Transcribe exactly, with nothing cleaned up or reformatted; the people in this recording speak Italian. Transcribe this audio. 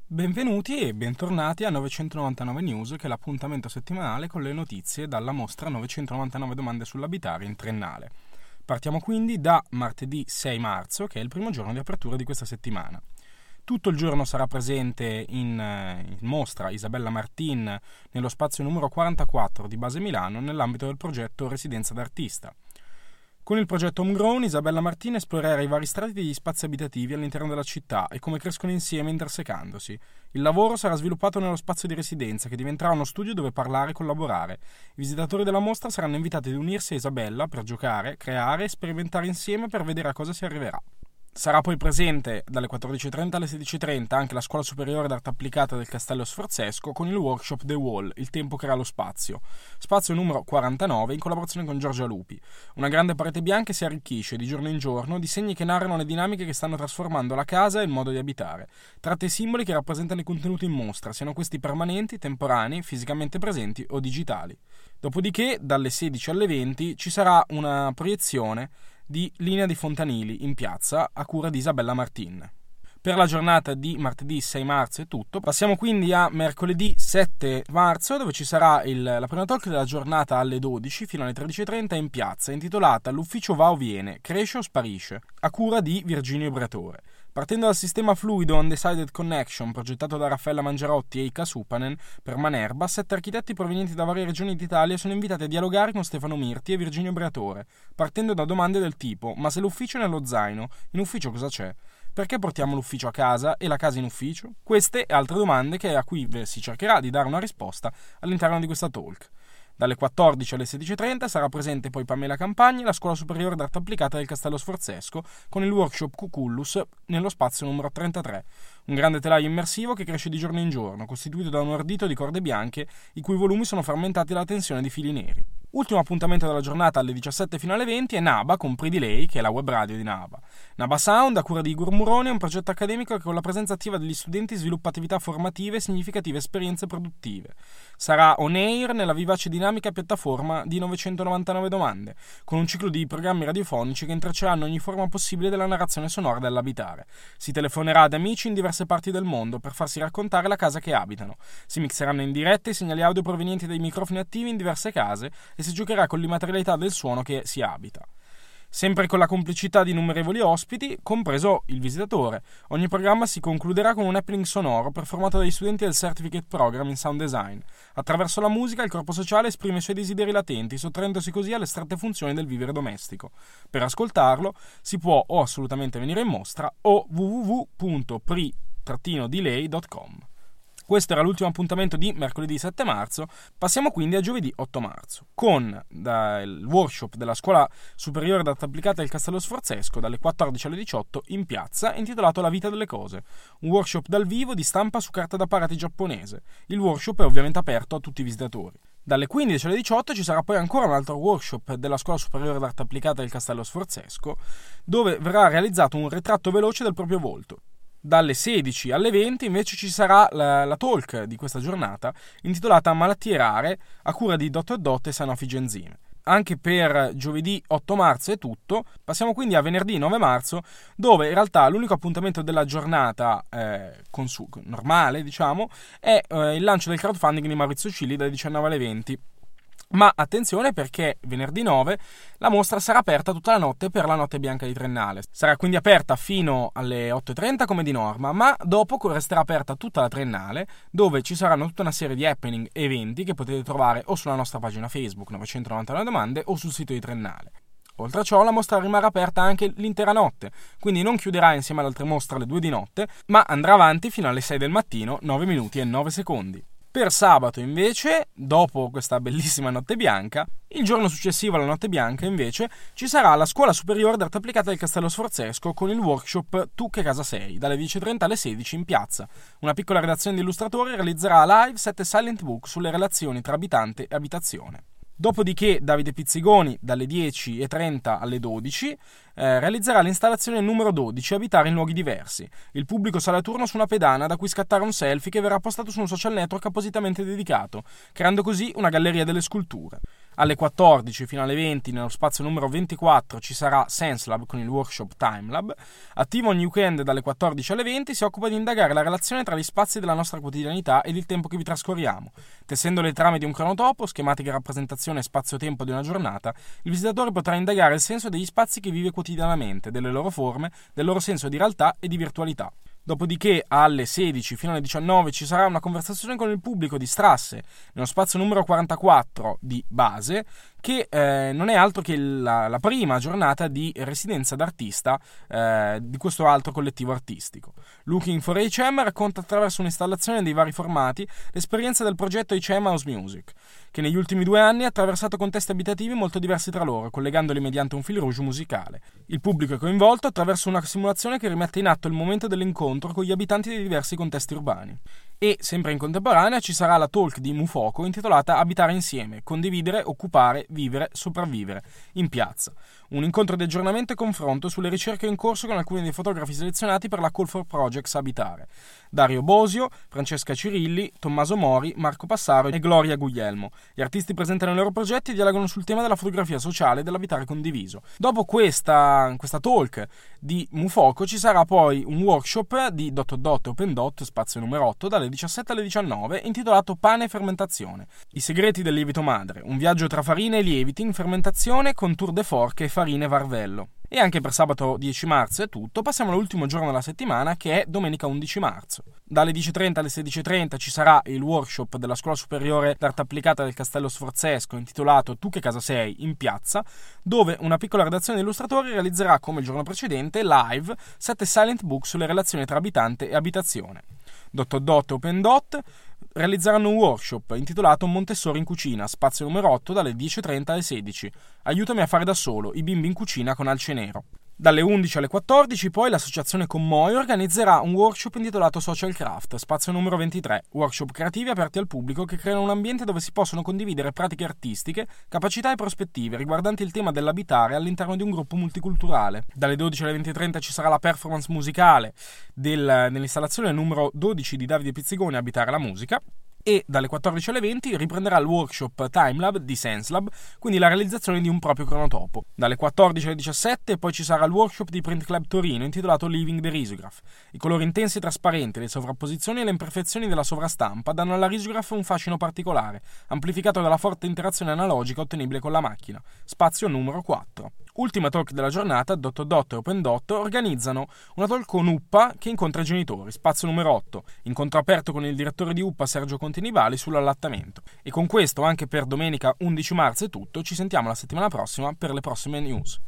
Benvenuti e bentornati a novecentonovantanove News, che è l'appuntamento settimanale con le notizie dalla mostra novecentonovantanove domande sull'abitare in triennale. Partiamo quindi da martedì sei marzo, che è il primo giorno di apertura di questa settimana. Tutto il giorno sarà presente in, in mostra Isabella Martin nello spazio numero quarantaquattro di Base Milano nell'ambito del progetto Residenza d'Artista. Con il progetto Homegrown, Isabella Martin esplorerà i vari strati degli spazi abitativi all'interno della città e come crescono insieme intersecandosi. Il lavoro sarà sviluppato nello spazio di residenza, che diventerà uno studio dove parlare e collaborare. I visitatori della mostra saranno invitati ad unirsi a Isabella per giocare, creare e sperimentare insieme per vedere a cosa si arriverà. Sarà poi presente dalle quattordici e trenta alle sedici e trenta anche la Scuola Superiore d'Arte Applicata del Castello Sforzesco con il workshop The Wall, il tempo crea lo spazio. Spazio numero quarantanove in collaborazione con Giorgia Lupi. Una grande parete bianca si arricchisce di giorno in giorno di segni che narrano le dinamiche che stanno trasformando la casa e il modo di abitare. Tratta i simboli che rappresentano i contenuti in mostra, siano questi permanenti, temporanei, fisicamente presenti o digitali. Dopodiché, dalle sedici alle venti, ci sarà una proiezione di Linea di Fontanili in piazza a cura di Isabella Martin. Per la giornata di martedì sei marzo è tutto. Passiamo quindi a mercoledì sette marzo, dove ci sarà il, la prima talk della giornata alle dodici fino alle tredici e trenta in piazza, intitolata L'ufficio va o viene, cresce o sparisce, a cura di Virginio Briatore. Partendo dal sistema fluido Undecided Connection progettato da Raffaella Mangerotti e Ika Supanen per Manerba, sette architetti provenienti da varie regioni d'Italia sono invitati a dialogare con Stefano Mirti e Virginio Briatore, partendo da domande del tipo: ma se l'ufficio è nello zaino, in ufficio cosa c'è? Perché portiamo l'ufficio a casa e la casa in ufficio? Queste e altre domande che a cui si cercherà di dare una risposta all'interno di questa talk. Dalle quattordici alle sedici e trenta sarà presente poi Pamela Campagni, la Scuola Superiore d'Arte Applicata del Castello Sforzesco, con il workshop Cucullus nello spazio numero trentatré. Un grande telaio immersivo che cresce di giorno in giorno, costituito da un ordito di corde bianche, i cui volumi sono frammentati dalla tensione di fili neri. Ultimo appuntamento della giornata alle diciassette fino alle venti è NABA con Pre-Delay, che è la web radio di NABA. NABA Sound, a cura di Igor Muroni, è un progetto accademico che con la presenza attiva degli studenti sviluppa attività formative e significative esperienze produttive. Sarà on air nella vivace dinamica piattaforma di novecentonovantanove domande, con un ciclo di programmi radiofonici che intrecceranno ogni forma possibile della narrazione sonora dell'abitare. Si telefonerà ad amici in diverse parti del mondo per farsi raccontare la casa che abitano. Si mixeranno in diretta i segnali audio provenienti dai microfoni attivi in diverse case e si giocherà con l'immaterialità del suono che si abita. Sempre con la complicità di innumerevoli ospiti, compreso il visitatore. Ogni programma si concluderà con un happening sonoro performato dagli studenti del Certificate Program in Sound Design. Attraverso la musica il corpo sociale esprime i suoi desideri latenti, sottraendosi così alle astratte funzioni del vivere domestico. Per ascoltarlo si può o assolutamente venire in mostra o w w w punto pre delay punto com. Questo era l'ultimo appuntamento di mercoledì sette marzo. Passiamo quindi a giovedì otto marzo, con da, il workshop della Scuola Superiore d'Arte Applicata del Castello Sforzesco dalle quattordici alle diciotto in piazza, intitolato La vita delle cose, un workshop dal vivo di stampa su carta da parati giapponese. Il workshop è ovviamente aperto a tutti i visitatori. Dalle quindici alle diciotto ci sarà poi ancora un altro workshop della Scuola Superiore d'Arte Applicata del Castello Sforzesco, dove verrà realizzato un ritratto veloce del proprio volto. Dalle sedici alle venti invece ci sarà la, la talk di questa giornata intitolata Malattie rare a cura di Dottor Dot e Sanofi Genzime. Anche per giovedì otto marzo è tutto. Passiamo quindi a venerdì nove marzo, dove in realtà l'unico appuntamento della giornata eh, consu- normale, diciamo, è eh, il lancio del crowdfunding di Maurizio Cilli dalle diciannove alle venti. Ma attenzione, perché venerdì nove la mostra sarà aperta tutta la notte per la notte bianca di Triennale. Sarà quindi aperta fino alle otto e trenta come di norma, ma dopo resterà aperta tutta la Triennale, dove ci saranno tutta una serie di happening e eventi che potete trovare o sulla nostra pagina Facebook novecentonovantanove domande o sul sito di Triennale. Oltre a ciò, la mostra rimarrà aperta anche l'intera notte, quindi non chiuderà insieme ad altre mostre alle due di notte, ma andrà avanti fino alle sei del mattino, nove minuti e nove secondi. Per sabato invece, dopo questa bellissima notte bianca, il giorno successivo alla notte bianca invece ci sarà la Scuola Superiore d'Arte Applicata del Castello Sforzesco con il workshop Tu che casa sei, dalle dieci e trenta alle sedici in piazza. Una piccola redazione di illustratori realizzerà live sette silent book sulle relazioni tra abitante e abitazione. Dopodiché Davide Pizzigoni dalle dieci e trenta alle dodici eh, realizzerà l'installazione numero dodici, Abitare in luoghi diversi. Il pubblico sale a turno su una pedana da cui scattare un selfie che verrà postato su un social network appositamente dedicato, creando così una galleria delle sculture. Alle quattordici fino alle venti, nello spazio numero ventiquattro, ci sarà SenseLab con il workshop TimeLab. Attivo ogni weekend dalle quattordici alle venti, si occupa di indagare la relazione tra gli spazi della nostra quotidianità ed il tempo che vi trascorriamo. Tessendo le trame di un cronotopo, schematica rappresentazione spazio-tempo di una giornata, il visitatore potrà indagare il senso degli spazi che vive quotidianamente, delle loro forme, del loro senso di realtà e di virtualità. Dopodiché alle sedici fino alle diciannove ci sarà una conversazione con il pubblico di Strasse, nello spazio numero quarantaquattro di base, che eh, non è altro che la, la prima giornata di residenza d'artista eh, di questo altro collettivo artistico. Looking for H M racconta attraverso un'installazione dei vari formati l'esperienza del progetto H M House Music, che negli ultimi due anni ha attraversato contesti abitativi molto diversi tra loro, collegandoli mediante un fil rouge musicale. Il pubblico è coinvolto attraverso una simulazione che rimette in atto il momento dell'incontro con gli abitanti dei diversi contesti urbani. E, sempre in contemporanea, ci sarà la talk di Mufoco intitolata Abitare insieme, condividere, occupare, vivere, sopravvivere, in piazza. Un incontro di aggiornamento e confronto sulle ricerche in corso con alcuni dei fotografi selezionati per la Call for Projects Abitare. Dario Bosio, Francesca Cirilli, Tommaso Mori, Marco Passaro e Gloria Guglielmo. Gli artisti presentano i loro progetti e dialogano sul tema della fotografia sociale e dell'abitare condiviso. Dopo questa, questa talk di Mufoco ci sarà poi un workshop di Dot Dot e Open Dot, spazio numero otto, dalle diciassette alle diciannove, intitolato Pane e fermentazione. I segreti del lievito madre, un viaggio tra farine e lieviti in fermentazione con tour de forche e farine Varvello. E anche per sabato dieci marzo è tutto. Passiamo all'ultimo giorno della settimana, che è domenica undici marzo. Dalle dieci e trenta alle sedici e trenta ci sarà il workshop della Scuola Superiore d'Arte Applicata del Castello Sforzesco intitolato Tu che casa sei? In piazza, dove una piccola redazione di illustratori realizzerà, come il giorno precedente, live sette silent book sulle relazioni tra abitante e abitazione. Dot Dot e Open Dot realizzeranno un workshop intitolato Montessori in cucina, spazio numero otto, dalle dieci e trenta alle sedici. Aiutami a fare da solo, i bimbi in cucina con Alce Nero. Dalle undici alle quattordici poi l'associazione Commoi organizzerà un workshop intitolato Social Craft, spazio numero ventitré, workshop creativi aperti al pubblico che creano un ambiente dove si possono condividere pratiche artistiche, capacità e prospettive riguardanti il tema dell'abitare all'interno di un gruppo multiculturale. Dalle dodici alle venti e trenta ci sarà la performance musicale del, nell'installazione numero dodici di Davide Pizzigoni Abitare la musica. E dalle quattordici alle venti riprenderà il workshop TimeLab di SenseLab, quindi la realizzazione di un proprio cronotopo. Dalle quattordici alle diciassette poi ci sarà il workshop di Print Club Torino intitolato Living the Risograph. I colori intensi e trasparenti, le sovrapposizioni e le imperfezioni della sovrastampa danno alla risograph un fascino particolare, amplificato dalla forte interazione analogica ottenibile con la macchina. Spazio numero quattro. Ultima talk della giornata, Dot Dot e Open Dot organizzano una talk con U P P A che incontra i genitori, spazio numero otto, incontro aperto con il direttore di U P P A Sergio Continivali sull'allattamento. E con questo anche per domenica undici marzo è tutto, ci sentiamo la settimana prossima per le prossime news.